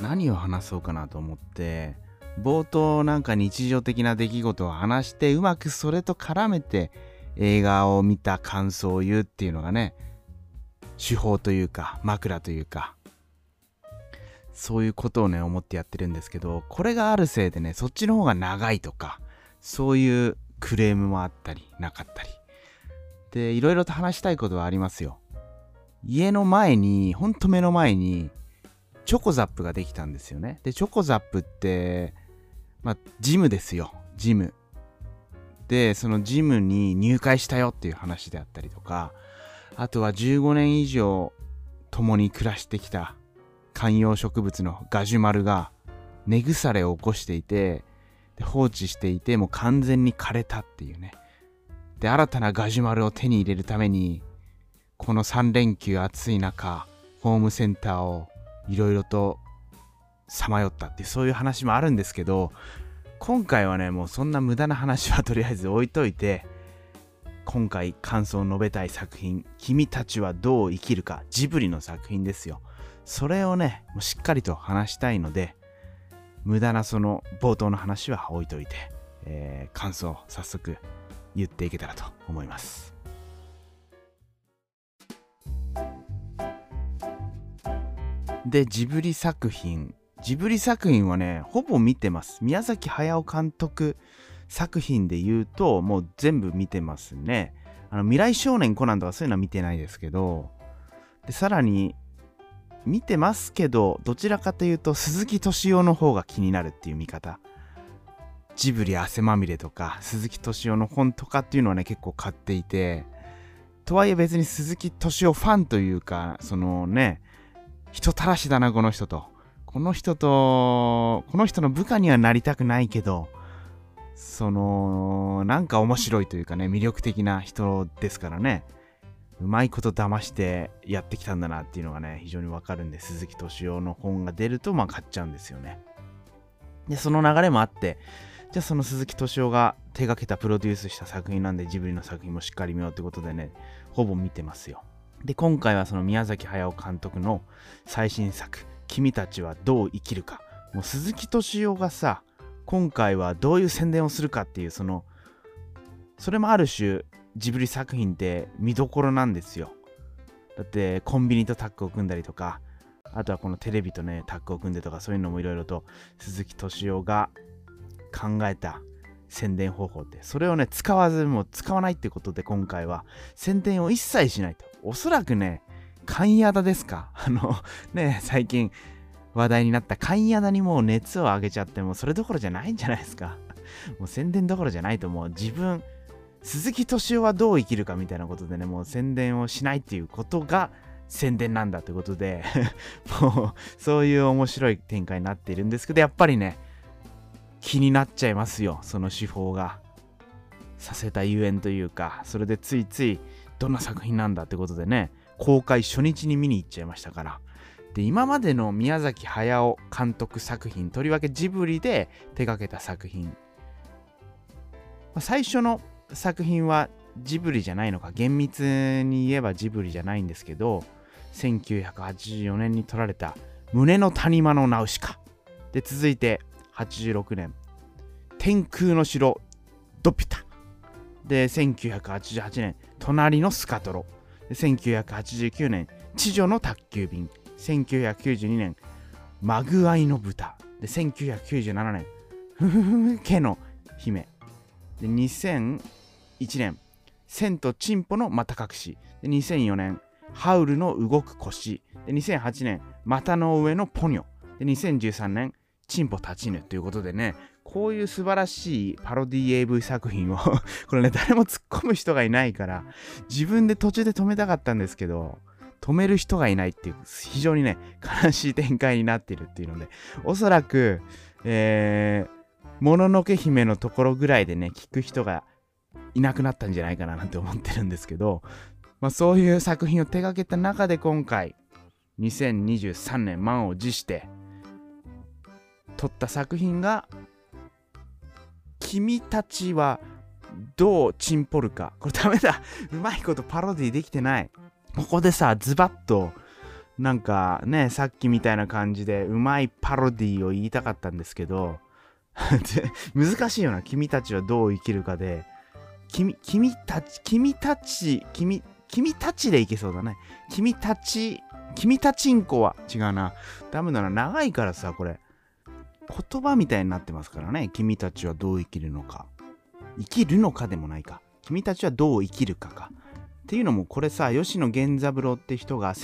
何を話そうかなと思って、冒頭なんか日常的な出来事を話して、うまくそれと絡めて映画を見た感想を言うっていうのがね、手法というか枕というか、そういうことをね思ってやってるんですけど、これがあるせいでね、そっちの方が長いとか、そういうクレームもあったりなかったりで、いろいろと話したいことはありますよ。家の前に、ほんと目の前にチョコザップができたんですよね。で、チョコザップってジムですよ。ジムで、そのジムに入会したよっていう話であったりとか、あとは15年以上共に暮らしてきた観葉植物のガジュマルが根腐れを起こしていて、で放置していて、もう完全に枯れたっていうね。で、新たなガジュマルを手に入れるために、この3連休暑い中、ホームセンターをいろいろとさまよったっていう、そういう話もあるんですけど、今回はね、もうそんな無駄な話はとりあえず置いといて、今回感想を述べたい作品、君たちはどう生きるか、ジブリの作品ですよ。それをね、もうしっかりと話したいので、無駄なその冒頭の話は置いといて、感想を早速言っていけたらと思います。で、ジブリ作品はね、ほぼ見てます。宮崎駿監督作品で言うと、もう全部見てますね。未来少年コナンとかそういうのは見てないですけど、でさらに見てますけど、どちらかというと鈴木敏夫の方が気になるっていう見方。ジブリ汗まみれとか鈴木敏夫の本とかっていうのはね、結構買っていて、とはいえ別に鈴木敏夫ファンというか、そのね、人たらしだなこの人の部下にはなりたくないけど、そのなんか面白いというかね、魅力的な人ですからね、うまいこと騙してやってきたんだなっていうのがね、非常にわかるんで、鈴木敏夫の本が出ると買っちゃうんですよね。で、その流れもあって、じゃあその鈴木敏夫が手掛けたプロデュースした作品なんで、ジブリの作品もしっかり見ようってことでね、ほぼ見てますよ。で、今回はその宮崎駿監督の最新作、君たちはどう生きるか。もう鈴木敏夫がさ、今回はどういう宣伝をするかっていう、それもある種ジブリ作品って見どころなんですよ。だってコンビニとタッグを組んだりとか、あとはこのテレビとねタッグを組んでとか、そういうのもいろいろと鈴木敏夫が考えた宣伝方法って、それをね使わないってことで、今回は宣伝を一切しないと。おそらくね、勘矢田ですか、ね、最近話題になった勘矢田にもう熱を上げちゃって、もうそれどころじゃないんじゃないですか。もう宣伝どころじゃないと、もう鈴木敏夫はどう生きるかみたいなことでね、もう宣伝をしないっていうことが宣伝なんだということでもうそういう面白い展開になっているんですけど、やっぱりね気になっちゃいますよ、その手法がさせたゆえんというか。それでついついどんな作品なんだってことでね、公開初日に見に行っちゃいましたから。で、今までの宮崎駿監督作品、とりわけジブリで手掛けた作品、最初の作品はジブリじゃないのか、厳密に言えばジブリじゃないんですけど、1984年に撮られた胸の谷間のナウシカで、続いて86年天空の城ドピュタで、1988年隣のスカトロで、1989年知女の宅急便、1992年マグアイの豚で、1997年ふふふ家の姫で、2001年千とチンポの股隠しで、2004年ハウルの動く腰で、2008年股の上のポニョで、2013年チンポ立ちぬということでね、こういう素晴らしいパロディ AV 作品をこれね、誰も突っ込む人がいないから自分で途中で止めたかったんですけど、止める人がいないっていう、非常にね悲しい展開になっているっていうので、おそらくもののけ姫のところぐらいでね聞く人がいなくなったんじゃないかななんて思ってるんですけど、そういう作品を手掛けた中で、今回2023年満を持して撮った作品が君たちはどうチンポるか。これダメだ、うまいことパロディできてない。ここでさ、ズバッとなんかね、さっきみたいな感じでうまいパロディを言いたかったんですけど難しいよな。君たちはどう生きるかで、君たちでいけそうだね。君たちんこは違うな。ダメだな。長いからさ、これ言葉みたいになってますからね。君たちはどう生きるのか。生きるのかでもないか。君たちはどう生きるかか。っていうのもこれさ、吉野源三郎って人が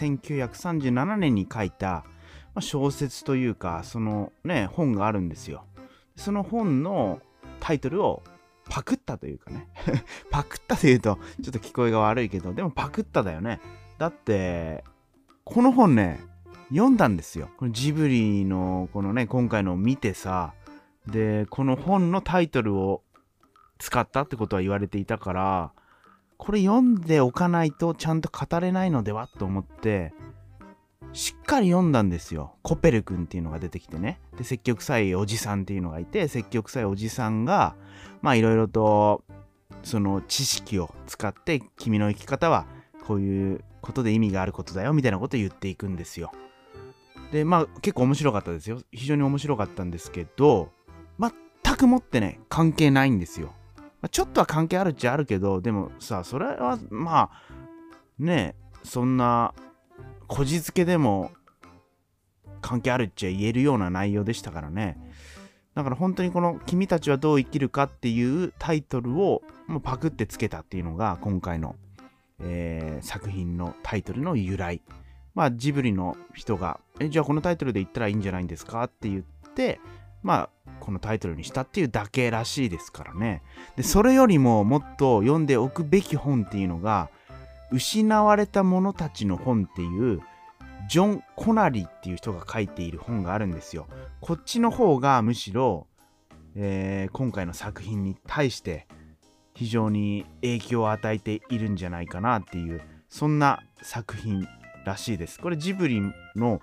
1937年に書いた、小説というか、そのね、本があるんですよ。その本のタイトルをパクったというかねパクったというとちょっと聞こえが悪いけど、でもパクっただよね。だってこの本ね、読んだんですよ。このジブリのこのね、今回のを見てさ、でこの本のタイトルを使ったってことは言われていたから、これ読んでおかないとちゃんと語れないのではと思ってしっかり読んだんですよ。コペル君っていうのが出てきてね。で、積極臭いおじさんっていうのがいて、積極臭いおじさんが、いろいろと、その知識を使って、君の生き方はこういうことで意味があることだよ、みたいなことを言っていくんですよ。で、結構面白かったですよ。非常に面白かったんですけど、全くもってね、関係ないんですよ。ちょっとは関係あるっちゃあるけど、でもさ、それはね、そんな、こじつけでも関係あるっちゃ言えるような内容でしたからね。だから本当にこの君たちはどう生きるかっていうタイトルをもうパクってつけたっていうのが今回の、作品のタイトルの由来。ジブリの人がじゃあこのタイトルで言ったらいいんじゃないんですかって言ってこのタイトルにしたっていうだけらしいですからね。でそれよりももっと読んでおくべき本っていうのが失われた者たちの本っていうジョン・コナリっていう人が書いている本があるんですよ。こっちの方がむしろ、今回の作品に対して非常に影響を与えているんじゃないかなっていう、そんな作品らしいです。これジブリの、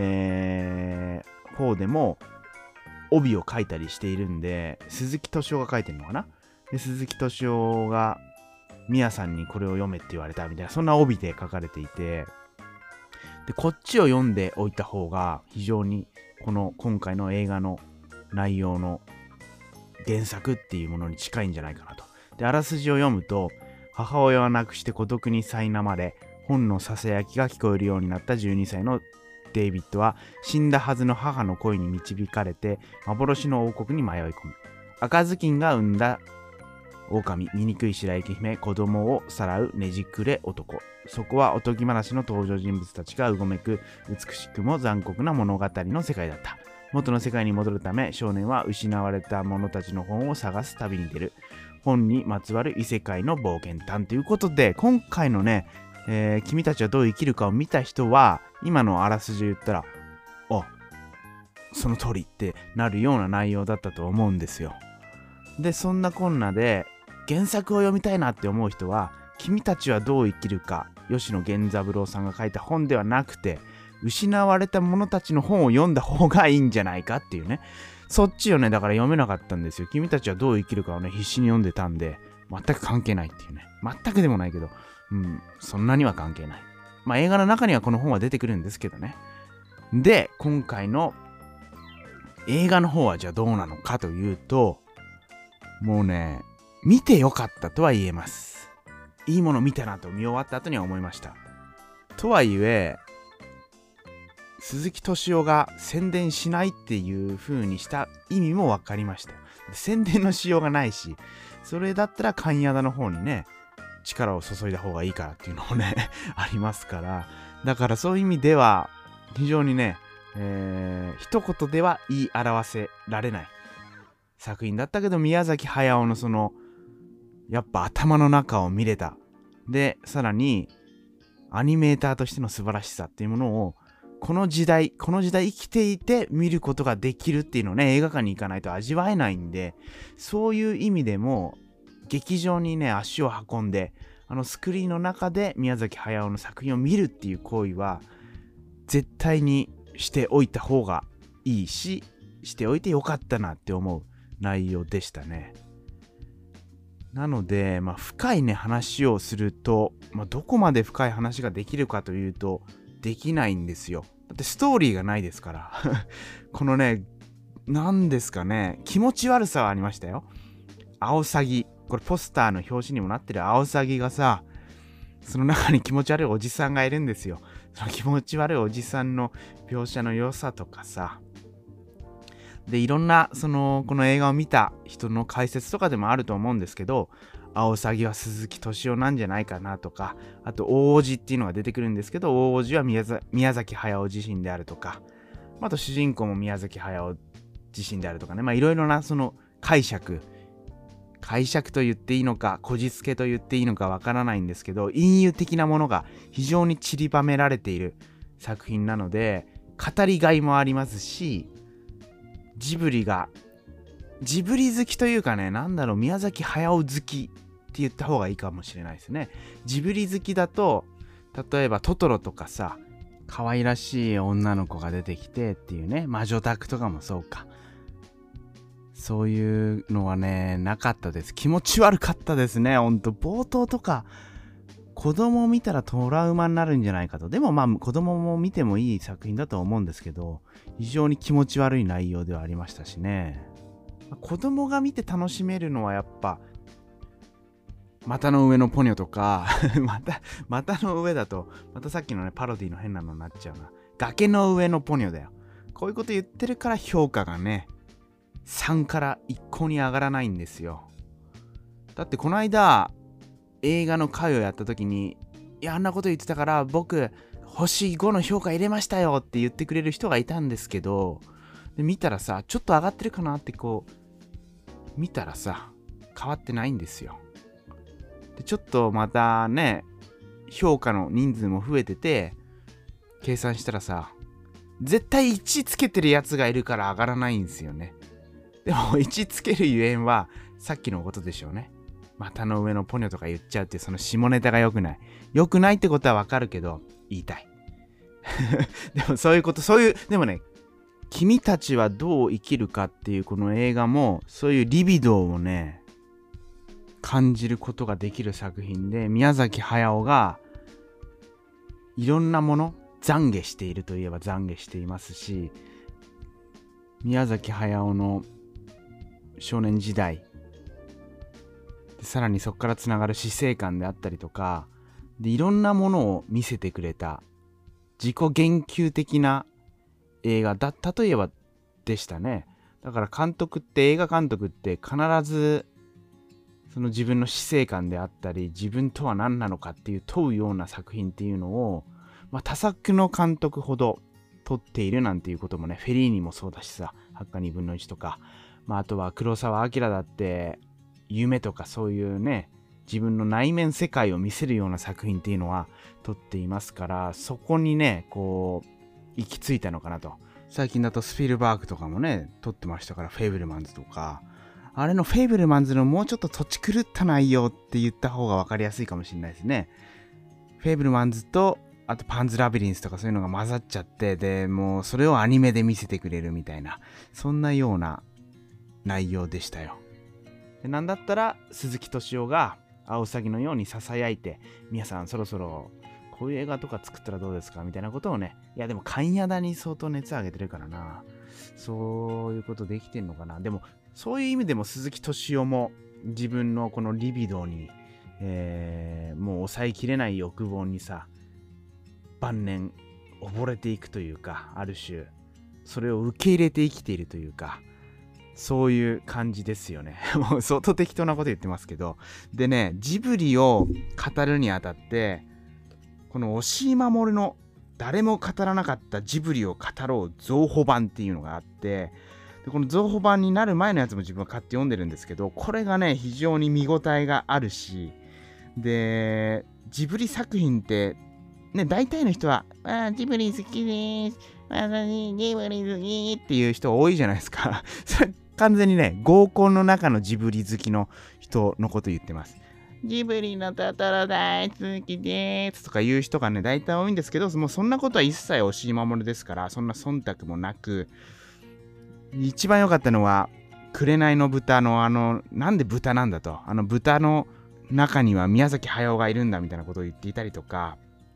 方でも帯を書いたりしているんで、鈴木敏夫が書いてるのかな。で鈴木敏夫がミヤさんにこれを読めって言われたみたいな、そんな帯で書かれていて、でこっちを読んでおいた方が非常にこの今回の映画の内容の原作っていうものに近いんじゃないかなと。であらすじを読むと、母親は亡くして孤独に苛まれ、本のささやきが聞こえるようになった12歳のデイビッドは死んだはずの母の声に導かれて幻の王国に迷い込む。赤ずきんが生んだ狼、醜い白雪姫、子供をさらうねじくれ男。そこはおとぎ話の登場人物たちがうごめく美しくも残酷な物語の世界だった。元の世界に戻るため、少年は失われた者たちの本を探す旅に出る。本にまつわる異世界の冒険探ということで、今回のね、君たちはどう生きるかを見た人は、今のあらすじを言ったら、その通りってなるような内容だったと思うんですよ。で、そんなこんなで、原作を読みたいなって思う人は、君たちはどう生きるか、吉野源三郎さんが書いた本ではなくて、失われた者たちの本を読んだ方がいいんじゃないかっていうね。そっちをね、だから読めなかったんですよ。君たちはどう生きるかをね、必死に読んでたんで、全く関係ないっていうね。全くでもないけど、そんなには関係ない。映画の中にはこの本は出てくるんですけどね。で、今回の映画の方はじゃあどうなのかというと、もうね、見てよかったとは言えます。いいもの見たなと見終わった後には思いました。とはいえ、鈴木敏夫が宣伝しないっていう風にした意味も分かりました。宣伝のしようがないし、それだったら勘矢田の方にね、力を注いだ方がいいからっていうのもねありますから、だからそういう意味では非常にね、一言では言い表せられない作品だったけど、宮崎駿のそのやっぱ頭の中を見れた。で、さらにアニメーターとしての素晴らしさっていうものをこの時代生きていて見ることができるっていうのをね、映画館に行かないと味わえないんで、そういう意味でも劇場にね足を運んで、スクリーンの中で宮崎駿の作品を見るっていう行為は絶対にしておいた方がいいし、しておいてよかったなって思う内容でしたね。なので、深いね話をすると、どこまで深い話ができるかというと、 できないんですよ。だってストーリーがないですからこのね、なんですかね、気持ち悪さはありましたよ。アオサギ、これポスターの表紙にもなってるアオサギがさ、その中に気持ち悪いおじさんがいるんですよ。その気持ち悪いおじさんの描写の良さとかさ、でいろんなこの映画を見た人の解説とかでもあると思うんですけど、アオサギは鈴木敏夫なんじゃないかなとか、あと大叔父っていうのが出てくるんですけど、大叔父は宮崎駿自身であるとか、あと主人公も宮崎駿自身であるとかね、いろいろなその解釈と言っていいのか、こじつけと言っていいのかわからないんですけど、隠喩的なものが非常に散りばめられている作品なので、語りがいもありますし、ジブリ好きというかね、宮崎駿好きって言った方がいいかもしれないですね。ジブリ好きだと、例えばトトロとかさ、可愛らしい女の子が出てきてっていうね、魔女宅とかもそうか。そういうのはね、なかったです。気持ち悪かったですね。ほんと、冒頭とか、子供を見たらトラウマになるんじゃないかと。でも子供も見てもいい作品だと思うんですけど、非常に気持ち悪い内容ではありましたしね。子供が見て楽しめるのはやっぱ、股の上のポニョとか股の上だと、またさっきのね、パロディの変なのになっちゃうな。崖の上のポニョだよ。こういうこと言ってるから評価がね、3から一向に上がらないんですよ。だってこの間、映画の回をやった時に、いや、あんなこと言ってたから僕、星5の評価入れましたよって言ってくれる人がいたんですけど、で見たらさ、ちょっと上がってるかなって見たらさ、変わってないんですよ。でちょっとまたね、評価の人数も増えてて、計算したらさ、絶対1つけてるやつがいるから上がらないんですよね。でも1つけるゆえんはさっきのことでしょうね。股の上のポニョとか言っちゃうっていうその下ネタが良くない。良くないってことはわかるけど、言いたい。でもでもね、君たちはどう生きるかっていうこの映画も、そういうリビドーをね、感じることができる作品で、宮崎駿がいろんなもの、懺悔しているといえば懺悔していますし、宮崎駿の少年時代で、さらにそこからつながる死生観であったりとかで、いろんなものを見せてくれた自己言及的な映画だったといえばでしたね。だから映画監督って必ずその自分の死生観であったり、自分とは何なのかっていう問うような作品っていうのを、多作の監督ほど撮っているなんていうこともね、フェリーニもそうだしさ、八花2分の1とか、あとは黒澤明だって夢とかそういうね、自分の内面世界を見せるような作品っていうのは撮っていますから、そこにね、行き着いたのかなと。最近だとスピルバーグとかもね、撮ってましたから、フェイブルマンズとか、あれのフェイブルマンズのもうちょっと土地狂った内容って言った方が分かりやすいかもしれないですね。フェイブルマンズと、あとパンズラビリンスとかそういうのが混ざっちゃって、で、もうそれをアニメで見せてくれるみたいな、そんなような内容でしたよ。で、なんだったら鈴木敏夫がアオサギのように囁いて、皆さんそろそろこういう映画とか作ったらどうですかみたいなことをね、いやでも勘やだに相当熱上げてるからな、そういうことできてんのかな。でもそういう意味でも鈴木敏夫も自分のこのリビドーに、もう抑えきれない欲望にさ、晩年溺れていくというか、ある種それを受け入れて生きているというか、そういう感じですよね。もう相当適当なこと言ってますけど。でね、ジブリを語るにあたって、この押井守の誰も語らなかったジブリを語ろう増補版っていうのがあって、でこの増補版になる前のやつも自分は買って読んでるんですけど、これがね、非常に見応えがあるし、で、ジブリ作品って、ね、大体の人は、ジブリ好きです。私、ジブリ好きっていう人多いじゃないですか。それ完全にね、合コンの中のジブリ好きの人のこと言ってます。ジブリのトトロ大好きですとか言う人がね、大体多いんですけど、もうそんなことは一切押井守ですから、そんな忖度もなく、一番良かったのは、紅の豚のなんで豚なんだと、豚の中には宮崎駿がいるんだみたいなことを言っていたりとか、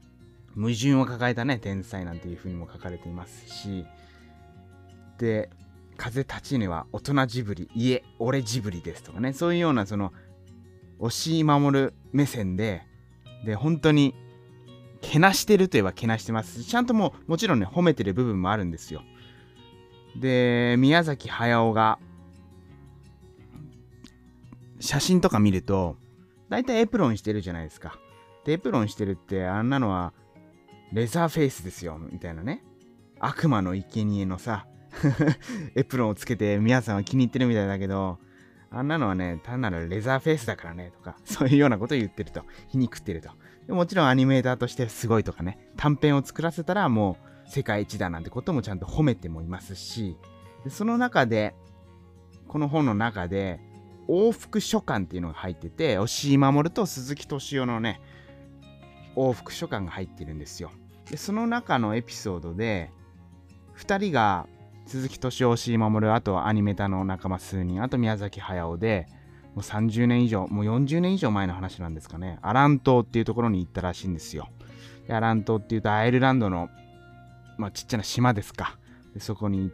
矛盾を抱えたね天才なんていう風にも書かれていますし、で風立ちぬは大人ジブリ、いえ俺ジブリですとかね、そういうようなその押井守目線で本当にけなしてるといえばけなしてますし、ちゃんともちろんね褒めてる部分もあるんですよ。で宮崎駿が写真とか見るとだいたいエプロンしてるじゃないですか。でエプロンしてるってあんなのはレザーフェイスですよみたいなね、悪魔の生贄のさエプロンをつけて皆さんは気に入ってるみたいだけど、あんなのはね単なるレザーフェイスだからねとか、そういうようなことを言ってると、皮肉ってると。でもちろんアニメーターとしてすごいとかね、短編を作らせたらもう世界一だなんてこともちゃんと褒めてもいますし、でその中でこの本の中で往復書簡っていうのが入ってて、押井守と鈴木敏夫のね往復書簡が入ってるんですよ。でその中のエピソードで2人が鈴木敏夫、押井守、あとアニメーターの仲間数人、あと宮崎駿でもう30年以上、もう40年以上前の話なんですかね、アラン島っていうところに行ったらしいんですよ。でアラン島っていうとアイルランドの、ちっちゃな島ですか。でそこに行って、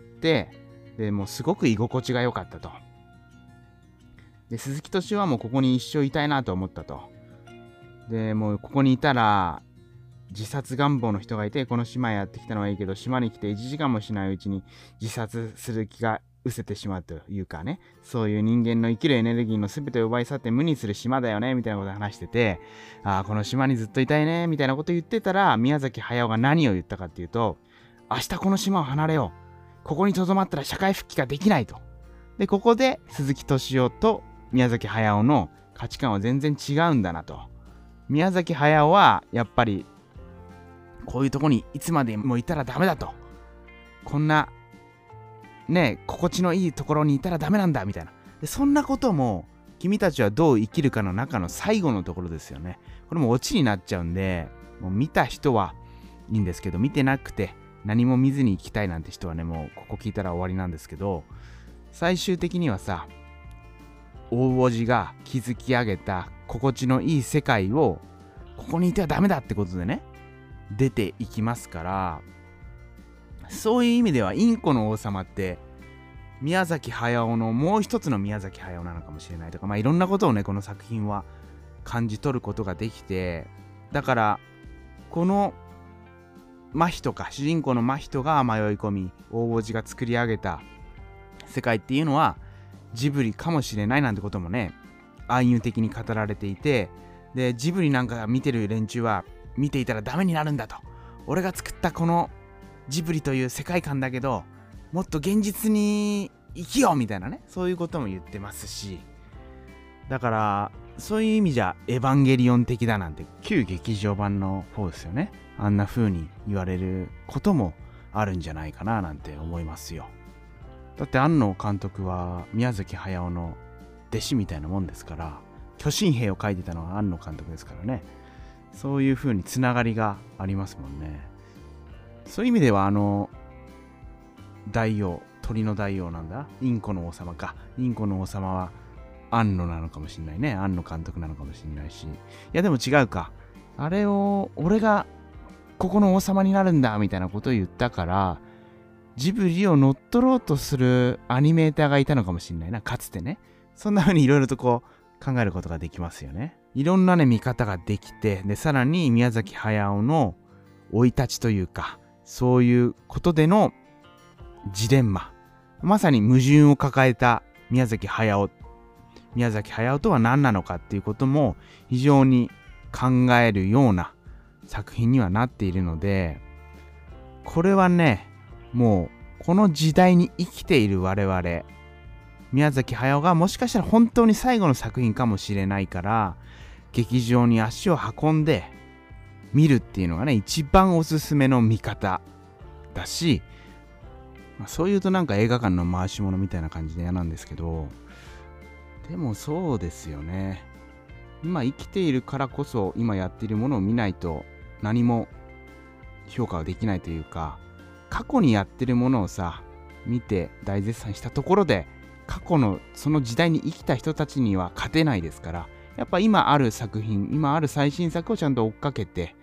でもうすごく居心地が良かったと。で鈴木敏夫はもうここに一生いたいなと思ったと。でもうここにいたら自殺願望の人がいて、この島へやってきたのはいいけど、島に来て1時間もしないうちに自殺する気が失せてしまうというかね、そういう人間の生きるエネルギーの全てを奪い去って無にする島だよねみたいなことを話してて、この島にずっといたいねみたいなことを言ってたら、宮崎駿が何を言ったかっていうと、明日この島を離れよう、ここに留まったら社会復帰ができないと。でここで鈴木敏夫と宮崎駿の価値観は全然違うんだなと。宮崎駿はやっぱりこういうとこにいつまでもいたらダメだと、こんなね心地のいいところにいたらダメなんだみたいな。でそんなことも君たちはどう生きるかの中の最後のところですよね。これもオチになっちゃうんで、もう見た人はいいんですけど、見てなくて何も見ずに行きたいなんて人はね、もうここ聞いたら終わりなんですけど、最終的にはさ、大叔父が築き上げた心地のいい世界をここにいてはダメだってことでね出ていきますから、そういう意味ではインコの王様って宮崎駿のもう一つの宮崎駿なのかもしれないとか、いろんなことをねこの作品は感じ取ることができて、だからこの真人か主人公の真人が迷い込み大叔父が作り上げた世界っていうのはジブリかもしれないなんてこともね暗喩的に語られていて、でジブリなんか見てる連中は見ていたらダメになるんだと、俺が作ったこのジブリという世界観だけどもっと現実に生きようみたいなね、そういうことも言ってますし、だからそういう意味じゃエヴァンゲリオン的だなんて旧劇場版の方ですよね、あんな風に言われることもあるんじゃないかななんて思いますよ。だって庵野監督は宮崎駿の弟子みたいなもんですから、巨神兵を描いてたのは庵野監督ですからね、そういう風につながりがありますもんね。そういう意味では大王、鳥の大王なんだ、インコの王様か、インコの王様は庵野なのかもしんないね、庵野監督なのかもしんないし、いやでも違うか、あれを俺がここの王様になるんだみたいなことを言ったからジブリを乗っ取ろうとするアニメーターがいたのかもしんないな、かつてね。そんな風にいろいろとこう考えることができますよね。いろんなね見方ができて、でさらに宮崎駿の生い立ちというか、そういうことでのジレンマ、まさに矛盾を抱えた宮崎駿とは何なのかっていうことも非常に考えるような作品にはなっているので、これはねもうこの時代に生きている我々、宮崎駿がもしかしたら本当に最後の作品かもしれないから、劇場に足を運んで見るっていうのがね一番おすすめの見方だし、そういうとなんか映画館の回し物みたいな感じで嫌なんですけど、でもそうですよね。今生きているからこそ今やっているものを見ないと何も評価はできないというか、過去にやってるものをさ見て大絶賛したところで過去のその時代に生きた人たちには勝てないですから、やっぱ今ある作品、今ある最新作をちゃんと追っかけて、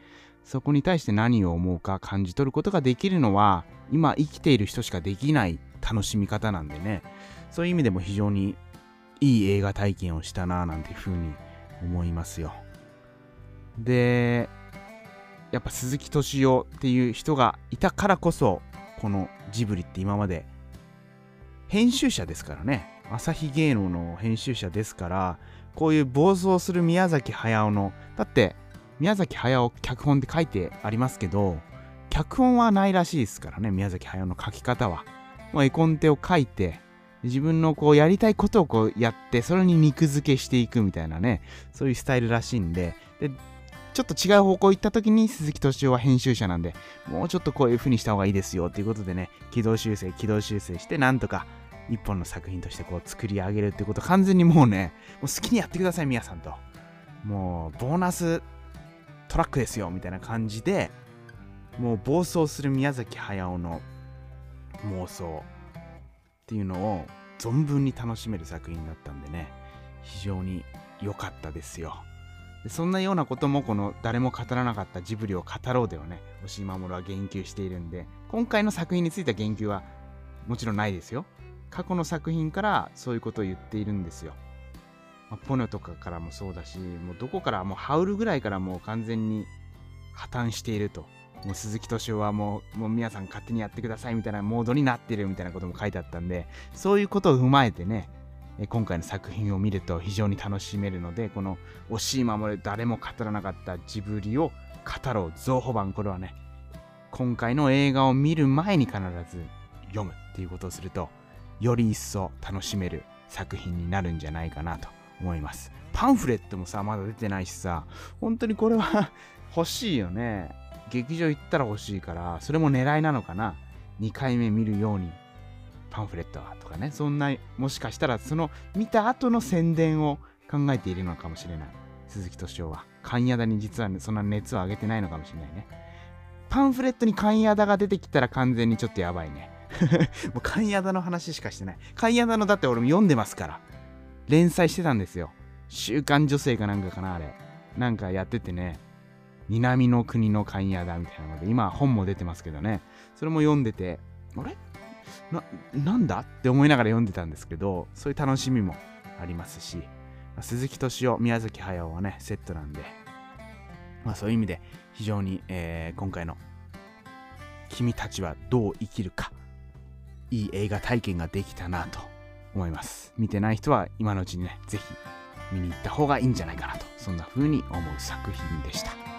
そこに対して何を思うか感じ取ることができるのは今生きている人しかできない楽しみ方なんでね、そういう意味でも非常にいい映画体験をしたななんていうふうに思いますよ。で、やっぱ鈴木敏夫っていう人がいたからこそ、このジブリって今まで編集者ですからね、朝日芸能の編集者ですから、こういう暴走する宮崎駿の、だって宮崎駿脚本って書いてありますけど、脚本はないらしいですからね、宮崎駿の書き方は。もう絵コンテを書いて、自分のこうやりたいことをこうやって、それに肉付けしていくみたいなね、そういうスタイルらしいんで、ちょっと違う方向行った時に鈴木敏夫は編集者なんで、もうちょっとこういう風にした方がいいですよということでね、軌道修正してなんとか一本の作品としてこう作り上げるってこと、完全にもうね、もう好きにやってください皆さんと、もうボーナストラックですよみたいな感じで、もう暴走する宮崎駿の妄想っていうのを存分に楽しめる作品だったんでね、非常に良かったですよ。でそんなようなこともこの誰も語らなかったジブリを語ろうではね、押井守は言及しているんで、今回の作品については言及はもちろんないですよ。過去の作品からそういうことを言っているんですよ。ポニョとかからもそうだし、もうどこからもうハウルぐらいからもう完全に破綻していると。もう鈴木敏夫はもう皆さん勝手にやってくださいみたいなモードになってるみたいなことも書いてあったんで、そういうことを踏まえてね、今回の作品を見ると非常に楽しめるので、この押井守誰も語らなかったジブリを語ろう増補版、これはね、今回の映画を見る前に必ず読むっていうことをすると、より一層楽しめる作品になるんじゃないかなと思います。パンフレットもさ、まだ出てないしさ、本当にこれは欲しいよね。劇場行ったら欲しいから、それも狙いなのかな。2回目見るようにパンフレットはとかね、そんな、もしかしたらその見た後の宣伝を考えているのかもしれない。鈴木敏夫は勘矢田に実は、ね、そんな熱を上げてないのかもしれないね。パンフレットに勘矢田が出てきたら完全にちょっとやばいね。もう勘矢田の話しかしてない。勘矢田のだって俺も読んでますから。連載してたんですよ。週刊女性かなんかかな、あれ。なんかやっててね。南の国の勘矢田みたいなので、今本も出てますけどね。それも読んでて、あれなんだって思いながら読んでたんですけど、そういう楽しみもありますし、鈴木敏夫、宮崎駿はね、セットなんで、そういう意味で非常に、今回の君たちはどう生きるか、いい映画体験ができたなと思います。見てない人は今のうちにね、ぜひ見に行った方がいいんじゃないかなと、そんな風に思う作品でした。